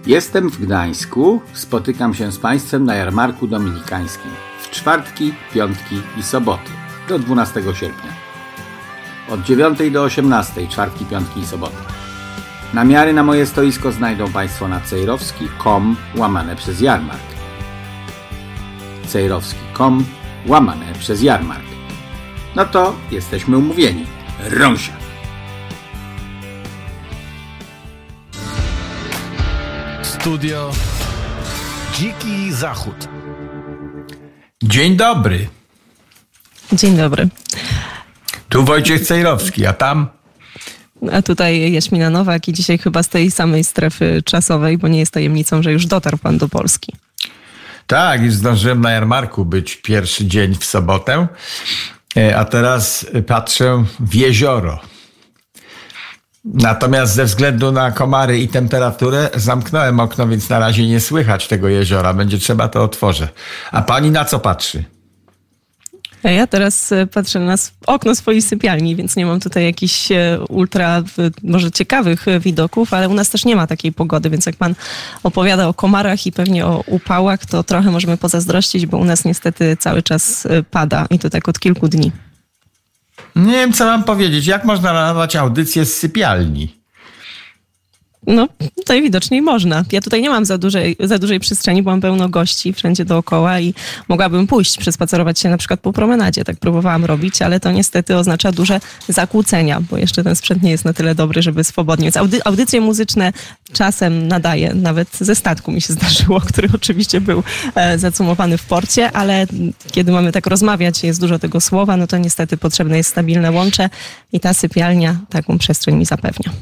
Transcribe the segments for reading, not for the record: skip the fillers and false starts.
Jestem w Gdańsku, spotykam się z Państwem na jarmarku dominikańskim w czwartki, piątki i soboty do 12 sierpnia. Od 9 do 18 czwartki, piątki i soboty. Namiary na moje stoisko znajdą Państwo na cejrowski.com/jarmark. cejrowski.com/jarmark. No to jesteśmy umówieni. Rąsia! Studio Dziki Zachód. Dzień dobry. Dzień dobry. Tu Wojciech Cejrowski, a tam? A tutaj Jaśmina Nowak i dzisiaj chyba z tej samej strefy czasowej, bo nie jest tajemnicą, że już dotarł pan do Polski. Tak, już zdążyłem na jarmarku być pierwszy dzień w sobotę, a teraz patrzę w jezioro. Natomiast ze względu na komary i temperaturę zamknąłem okno, więc na razie nie słychać tego jeziora. Będzie trzeba, to otworzę. A pani na co patrzy? Ja teraz patrzę na okno swojej sypialni, więc nie mam tutaj jakichś ultra może ciekawych widoków, ale u nas też nie ma takiej pogody, więc jak pan opowiada o komarach i pewnie o upałach, to trochę możemy pozazdrościć, bo u nas niestety cały czas pada i to tak od kilku dni. Nie wiem, co mam powiedzieć. Jak można nadawać audycję z sypialni? No, najwidoczniej można. Ja tutaj nie mam za dużej przestrzeni, bo mam pełno gości wszędzie dookoła i mogłabym pójść, przespacerować się na przykład po promenadzie. Tak próbowałam robić, ale to niestety oznacza duże zakłócenia, bo jeszcze ten sprzęt nie jest na tyle dobry, żeby swobodnie. Więc audycje muzyczne czasem nadaję. Nawet ze statku mi się zdarzyło, który oczywiście był zacumowany w porcie, ale kiedy mamy tak rozmawiać, jest dużo tego słowa, no to niestety potrzebne jest stabilne łącze i ta sypialnia taką przestrzeń mi zapewnia.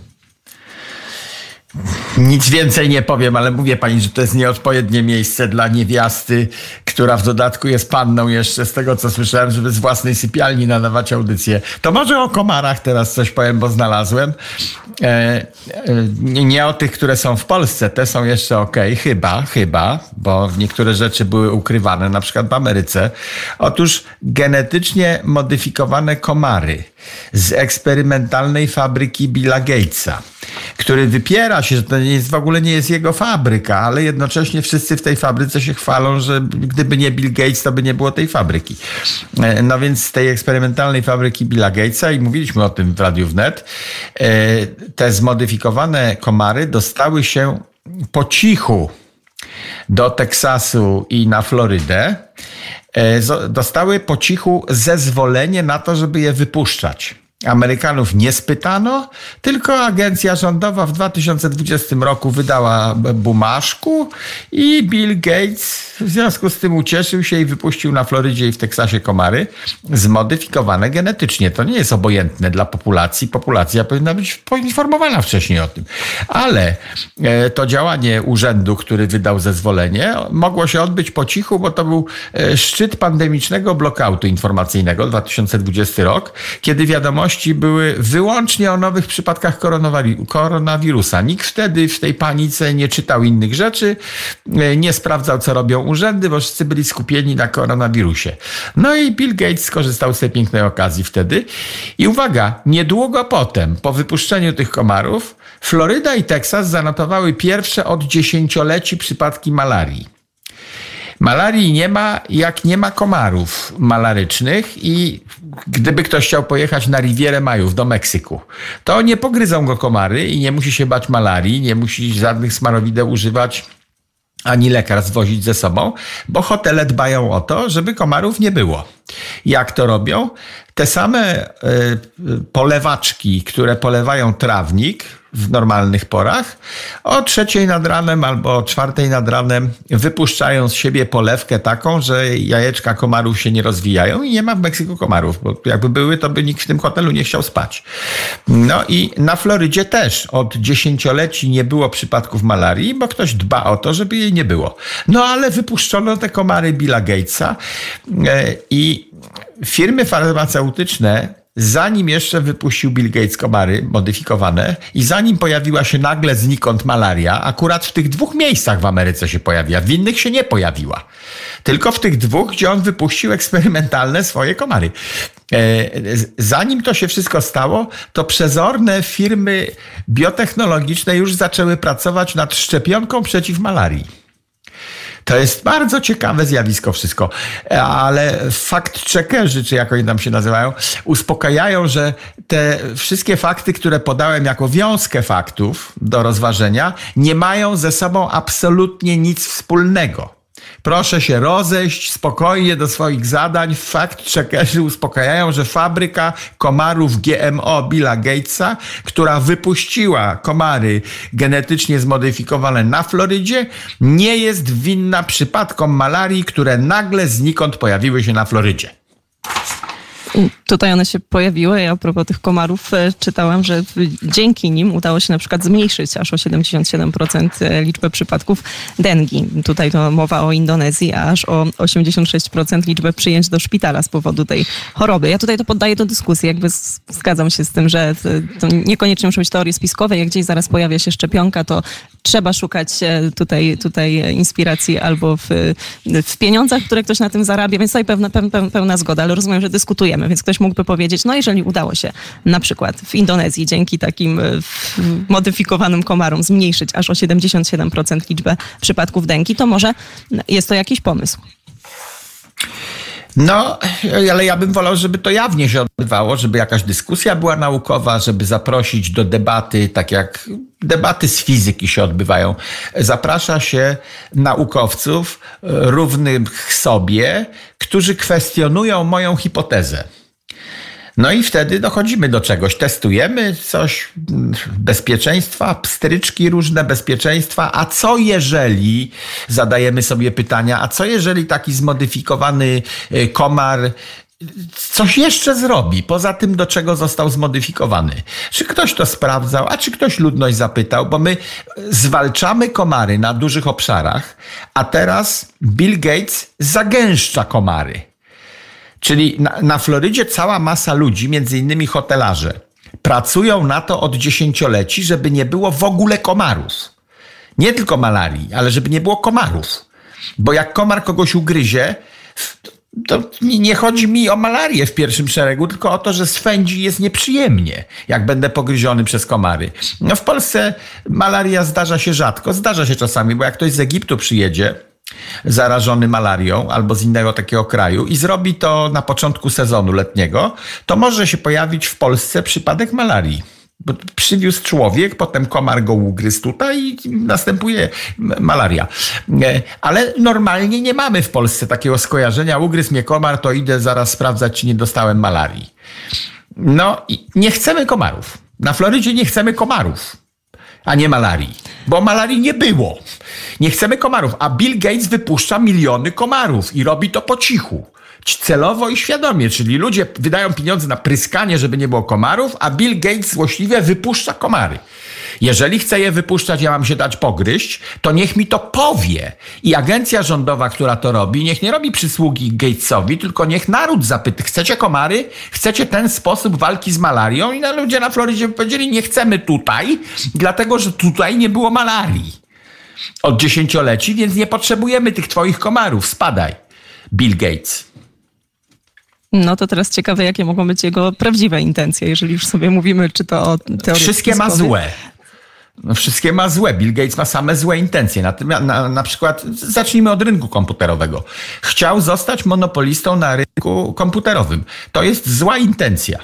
Nic więcej nie powiem, ale mówię pani, że to jest nieodpowiednie miejsce dla niewiasty, która w dodatku jest panną jeszcze, z tego co słyszałem, żeby z własnej sypialni nadawać audycję. To może o komarach teraz coś powiem, bo znalazłem. Nie o tych, które są w Polsce, te są jeszcze okej, chyba, bo niektóre rzeczy były ukrywane, na przykład w Ameryce. Otóż genetycznie modyfikowane komary z eksperymentalnej fabryki Billa Gatesa, który wypiera się, że to w ogóle nie jest jego fabryka, ale jednocześnie wszyscy w tej fabryce się chwalą, że gdyby nie Bill Gates, to by nie było tej fabryki. No więc z tej eksperymentalnej fabryki Billa Gatesa, i mówiliśmy o tym w Radiu Wnet, te zmodyfikowane komary dostały się po cichu do Teksasu i na Florydę. Dostały po cichu zezwolenie na to, żeby je wypuszczać. Amerykanów nie spytano, tylko agencja rządowa w 2020 roku wydała bumaszku i Bill Gates w związku z tym ucieszył się i wypuścił na Florydzie i w Teksasie komary zmodyfikowane genetycznie. To nie jest obojętne dla populacji. Populacja powinna być poinformowana wcześniej o tym. Ale to działanie urzędu, który wydał zezwolenie, mogło się odbyć po cichu, bo to był szczyt pandemicznego blackoutu informacyjnego 2020 rok, kiedy wiadomości były wyłącznie o nowych przypadkach koronawirusa. Nikt wtedy w tej panice nie czytał innych rzeczy, nie sprawdzał, co robią urzędy, bo wszyscy byli skupieni na koronawirusie. No i Bill Gates skorzystał z tej pięknej okazji wtedy. I uwaga, niedługo potem, po wypuszczeniu tych komarów, Floryda i Teksas zanotowały pierwsze od dziesięcioleci przypadki malarii. Malarii nie ma, jak nie ma komarów malarycznych i gdyby ktoś chciał pojechać na Rivierę Majów do Meksyku, to nie pogryzą go komary i nie musi się bać malarii, nie musi żadnych smarowideł używać ani lekarstw wozić ze sobą, bo hotele dbają o to, żeby komarów nie było. Jak to robią? Te same polewaczki, które polewają trawnik w normalnych porach, o 3 nad ranem albo o 4 nad ranem wypuszczają z siebie polewkę taką, że jajeczka komarów się nie rozwijają i nie ma w Meksyku komarów, bo jakby były, to by nikt w tym hotelu nie chciał spać. No i na Florydzie też od dziesięcioleci nie było przypadków malarii, bo ktoś dba o to, żeby jej nie było. No ale wypuszczono te komary Billa Gatesa i firmy farmaceutyczne zanim jeszcze wypuścił Bill Gates komary modyfikowane i zanim pojawiła się nagle znikąd malaria, akurat w tych 2 miejscach w Ameryce się pojawiła, w innych się nie pojawiła. Tylko w tych 2, gdzie on wypuścił eksperymentalne swoje komary. Zanim to się wszystko stało, to przezorne firmy biotechnologiczne już zaczęły pracować nad szczepionką przeciw malarii. To jest bardzo ciekawe zjawisko wszystko, ale fact-checkerzy, czy jak oni tam się nazywają, uspokajają, że te wszystkie fakty, które podałem jako wiązkę faktów do rozważenia, nie mają ze sobą absolutnie nic wspólnego. Proszę się rozejść spokojnie do swoich zadań. Fact-checkerzy uspokajają, że fabryka komarów GMO Billa Gatesa, która wypuściła komary genetycznie zmodyfikowane na Florydzie, nie jest winna przypadkom malarii, które nagle znikąd pojawiły się na Florydzie. Tutaj one się pojawiły. Ja a propos tych komarów czytałam, że dzięki nim udało się na przykład zmniejszyć aż o 77% liczbę przypadków dengi. Tutaj to mowa o Indonezji, a aż o 86% liczbę przyjęć do szpitala z powodu tej choroby. Ja tutaj to poddaję do dyskusji. Jakby zgadzam się z tym, że to niekoniecznie muszą być teorie spiskowe. Jak gdzieś zaraz pojawia się szczepionka, to trzeba szukać tutaj inspiracji albo w pieniądzach, które ktoś na tym zarabia, więc tutaj pełna zgoda, ale rozumiem, że dyskutujemy, więc ktoś mógłby powiedzieć, no jeżeli udało się na przykład w Indonezji dzięki takim modyfikowanym komarom zmniejszyć aż o 77% liczbę przypadków dengi, to może jest to jakiś pomysł. No, ale ja bym wolał, żeby to jawnie się odbywało, żeby jakaś dyskusja była naukowa, żeby zaprosić do debaty, tak jak debaty z fizyki się odbywają. Zaprasza się naukowców równych sobie, którzy kwestionują moją hipotezę. No i wtedy dochodzimy do czegoś, testujemy coś, bezpieczeństwa, pstryczki różne, bezpieczeństwa, a co jeżeli, zadajemy sobie pytania, a co jeżeli taki zmodyfikowany komar coś jeszcze zrobi, poza tym, do czego został zmodyfikowany. Czy ktoś to sprawdzał, a czy ktoś ludność zapytał, bo my zwalczamy komary na dużych obszarach, a teraz Bill Gates zagęszcza komary. Czyli na Florydzie cała masa ludzi, między innymi hotelarze, pracują na to od dziesięcioleci, żeby nie było w ogóle komarów. Nie tylko malarii, ale żeby nie było komarów. Bo jak komar kogoś ugryzie, to nie chodzi mi o malarię w pierwszym szeregu, tylko o to, że swędzi jest nieprzyjemnie, jak będę pogryziony przez komary. No w Polsce malaria zdarza się rzadko, zdarza się czasami, bo jak ktoś z Egiptu przyjedzie, zarażony malarią albo z innego takiego kraju i zrobi to na początku sezonu letniego, to może się pojawić w Polsce przypadek malarii. Bo przywiózł człowiek, potem komar go ugryzł tutaj i następuje malaria. Ale normalnie nie mamy w Polsce takiego skojarzenia, ugryzł mnie komar, to idę zaraz sprawdzać, czy nie dostałem malarii. No i nie chcemy komarów. Na Florydzie nie chcemy komarów, a nie malarii. Bo malarii nie było. Nie chcemy komarów, a Bill Gates wypuszcza miliony komarów i robi to po cichu. Celowo i świadomie, czyli ludzie wydają pieniądze na pryskanie, żeby nie było komarów, a Bill Gates złośliwie wypuszcza komary. Jeżeli chce je wypuszczać, ja mam się dać pogryźć, to niech mi to powie. I agencja rządowa, która to robi, niech nie robi przysługi Gatesowi, tylko niech naród zapyta, chcecie komary? Chcecie ten sposób walki z malarią? I ludzie na Florydzie powiedzieli, nie chcemy tutaj, dlatego że tutaj nie było malarii od dziesięcioleci, więc nie potrzebujemy tych twoich komarów. Spadaj, Bill Gates. No to teraz ciekawe, jakie mogą być jego prawdziwe intencje, jeżeli już sobie mówimy, czy to o teorii Wszystkie ma złe. No, wszystkie ma złe. Bill Gates ma same złe intencje. Na przykład, zacznijmy od rynku komputerowego. Chciał zostać monopolistą na rynku komputerowym. To jest zła intencja.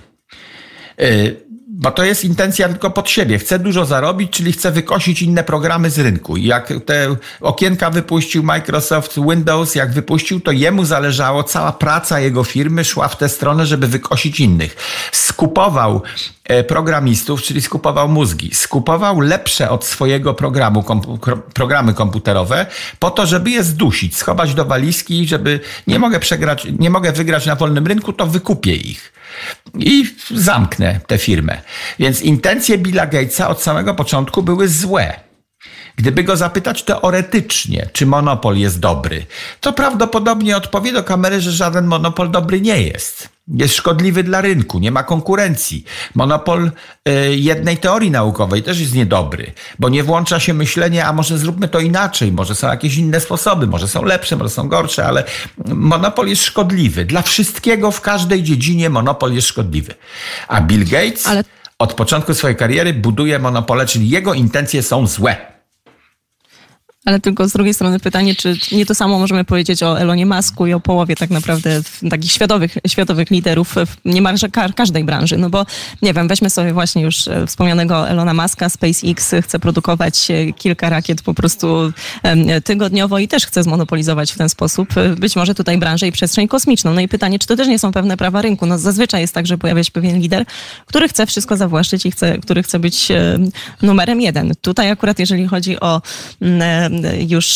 Bo to jest intencja tylko pod siebie. Chce dużo zarobić, czyli chce wykosić inne programy z rynku. I jak te okienka wypuścił Microsoft Windows, jak wypuścił, to jemu zależało, cała praca jego firmy szła w tę stronę, żeby wykosić innych. Skupował programistów, czyli skupował mózgi. Skupował lepsze od swojego programy komputerowe po to, żeby je zdusić, schować do walizki, żeby nie mogę wygrać na wolnym rynku, to wykupię ich. I zamknę tę firmę. Więc intencje Billa Gatesa od samego początku były złe. Gdyby go zapytać teoretycznie, czy monopol jest dobry, to prawdopodobnie odpowie do kamery, że żaden monopol dobry nie jest. Jest szkodliwy dla rynku, nie ma konkurencji. Monopol jednej teorii naukowej też jest niedobry, bo nie włącza się myślenie, a może zróbmy to inaczej, może są jakieś inne sposoby, może są lepsze, może są gorsze, ale monopol jest szkodliwy. Dla wszystkiego w każdej dziedzinie monopol jest szkodliwy. A Bill Gates od początku swojej kariery buduje monopole, czyli jego intencje są złe. Ale tylko z drugiej strony pytanie, czy nie to samo możemy powiedzieć o Elonie Musku i o połowie tak naprawdę takich światowych liderów w niemalże każdej branży. No bo nie wiem, weźmy sobie właśnie już wspomnianego Elona Muska, SpaceX chce produkować kilka rakiet po prostu tygodniowo i też chce zmonopolizować w ten sposób być może tutaj branżę i przestrzeń kosmiczną. No i pytanie, czy to też nie są pewne prawa rynku? No zazwyczaj jest tak, że pojawia się pewien lider, który chce wszystko zawłaszczyć i który chce być numerem jeden. Tutaj akurat jeżeli chodzi o już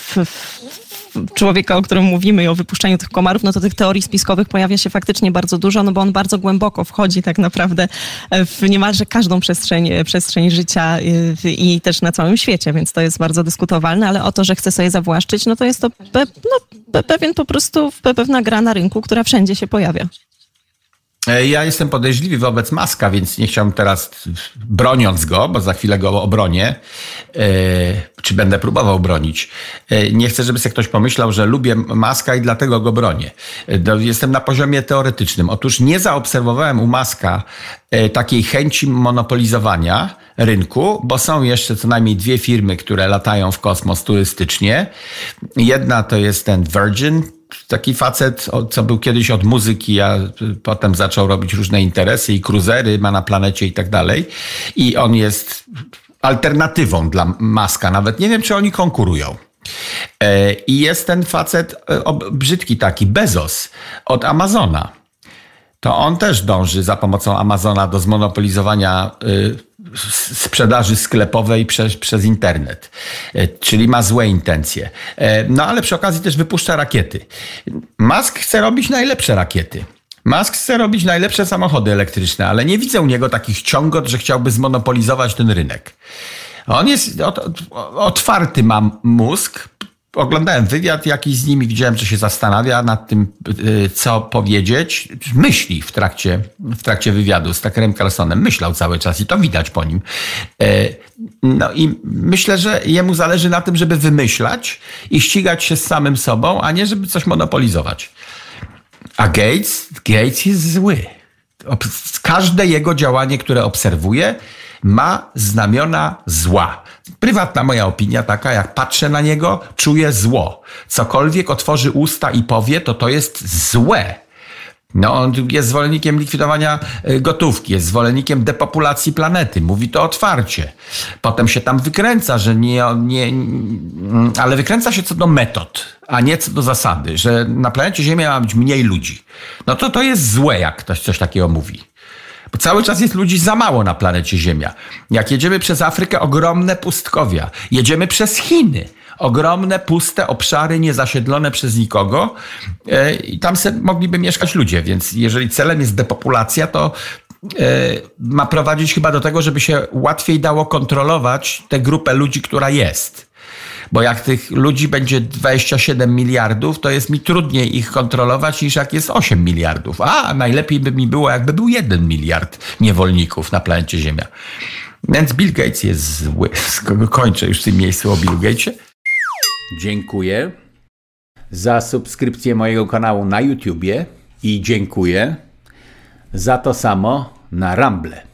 człowieka, o którym mówimy i o wypuszczaniu tych komarów, no to tych teorii spiskowych pojawia się faktycznie bardzo dużo, no bo on bardzo głęboko wchodzi tak naprawdę w niemalże każdą przestrzeń życia i też na całym świecie, więc to jest bardzo dyskutowalne, ale o to, że chce sobie zawłaszczyć, no to jest to pewien po prostu pewna gra na rynku, która wszędzie się pojawia. Ja jestem podejrzliwy wobec Muska, więc nie chciałbym teraz, broniąc go, bo za chwilę go obronię, czy będę próbował bronić. Nie chcę, żeby sobie ktoś pomyślał, że lubię Muska i dlatego go bronię. Jestem na poziomie teoretycznym. Otóż nie zaobserwowałem u Muska takiej chęci monopolizowania rynku, bo są jeszcze co najmniej dwie firmy, które latają w kosmos turystycznie. Jedna to jest ten Virgin, taki facet, co był kiedyś od muzyki, a potem zaczął robić różne interesy i cruisery, ma na planecie i tak dalej. I on jest alternatywą dla Muska. Nawet nie wiem, czy oni konkurują. I jest ten facet brzydki taki, Bezos od Amazona. To on też dąży za pomocą Amazona do zmonopolizowania sprzedaży sklepowej przez internet. Czyli ma złe intencje. No ale przy okazji też wypuszcza rakiety. Musk chce robić najlepsze rakiety. Musk chce robić najlepsze samochody elektryczne, ale nie widzę u niego takich ciągot, że chciałby zmonopolizować ten rynek. On jest otwarty, ma mózg. Oglądałem wywiad jakiś z nim i widziałem, że się zastanawia nad tym, co powiedzieć. Myśli w trakcie wywiadu z Tuckerem Carlsonem. Myślał cały czas i to widać po nim. No i myślę, że jemu zależy na tym, żeby wymyślać i ścigać się z samym sobą, a nie żeby coś monopolizować. A Gates jest zły. Każde jego działanie, które obserwuję, ma znamiona zła. Prywatna moja opinia taka, jak patrzę na niego, czuję zło. Cokolwiek otworzy usta i powie, to jest złe. No, on jest zwolennikiem likwidowania gotówki, jest zwolennikiem depopulacji planety. Mówi to otwarcie. Potem się tam wykręca, że ale wykręca się co do metod, a nie co do zasady, że na planecie Ziemia ma być mniej ludzi. No to jest złe, jak ktoś coś takiego mówi. Bo cały czas jest ludzi za mało na planecie Ziemia. Jak jedziemy przez Afrykę, ogromne pustkowia. Jedziemy przez Chiny. Ogromne, puste obszary, niezasiedlone przez nikogo. I tam mogliby mieszkać ludzie. Więc jeżeli celem jest depopulacja, to ma prowadzić chyba do tego, żeby się łatwiej dało kontrolować tę grupę ludzi, która jest. Bo jak tych ludzi będzie 27 miliardów, to jest mi trudniej ich kontrolować niż jak jest 8 miliardów. A najlepiej by mi było, jakby był 1 miliard niewolników na planecie Ziemia. Więc Bill Gates jest zły. Kończę już w tym miejscu o Bill Gatesie. Dziękuję za subskrypcję mojego kanału na YouTubie i dziękuję za to samo na Rumble.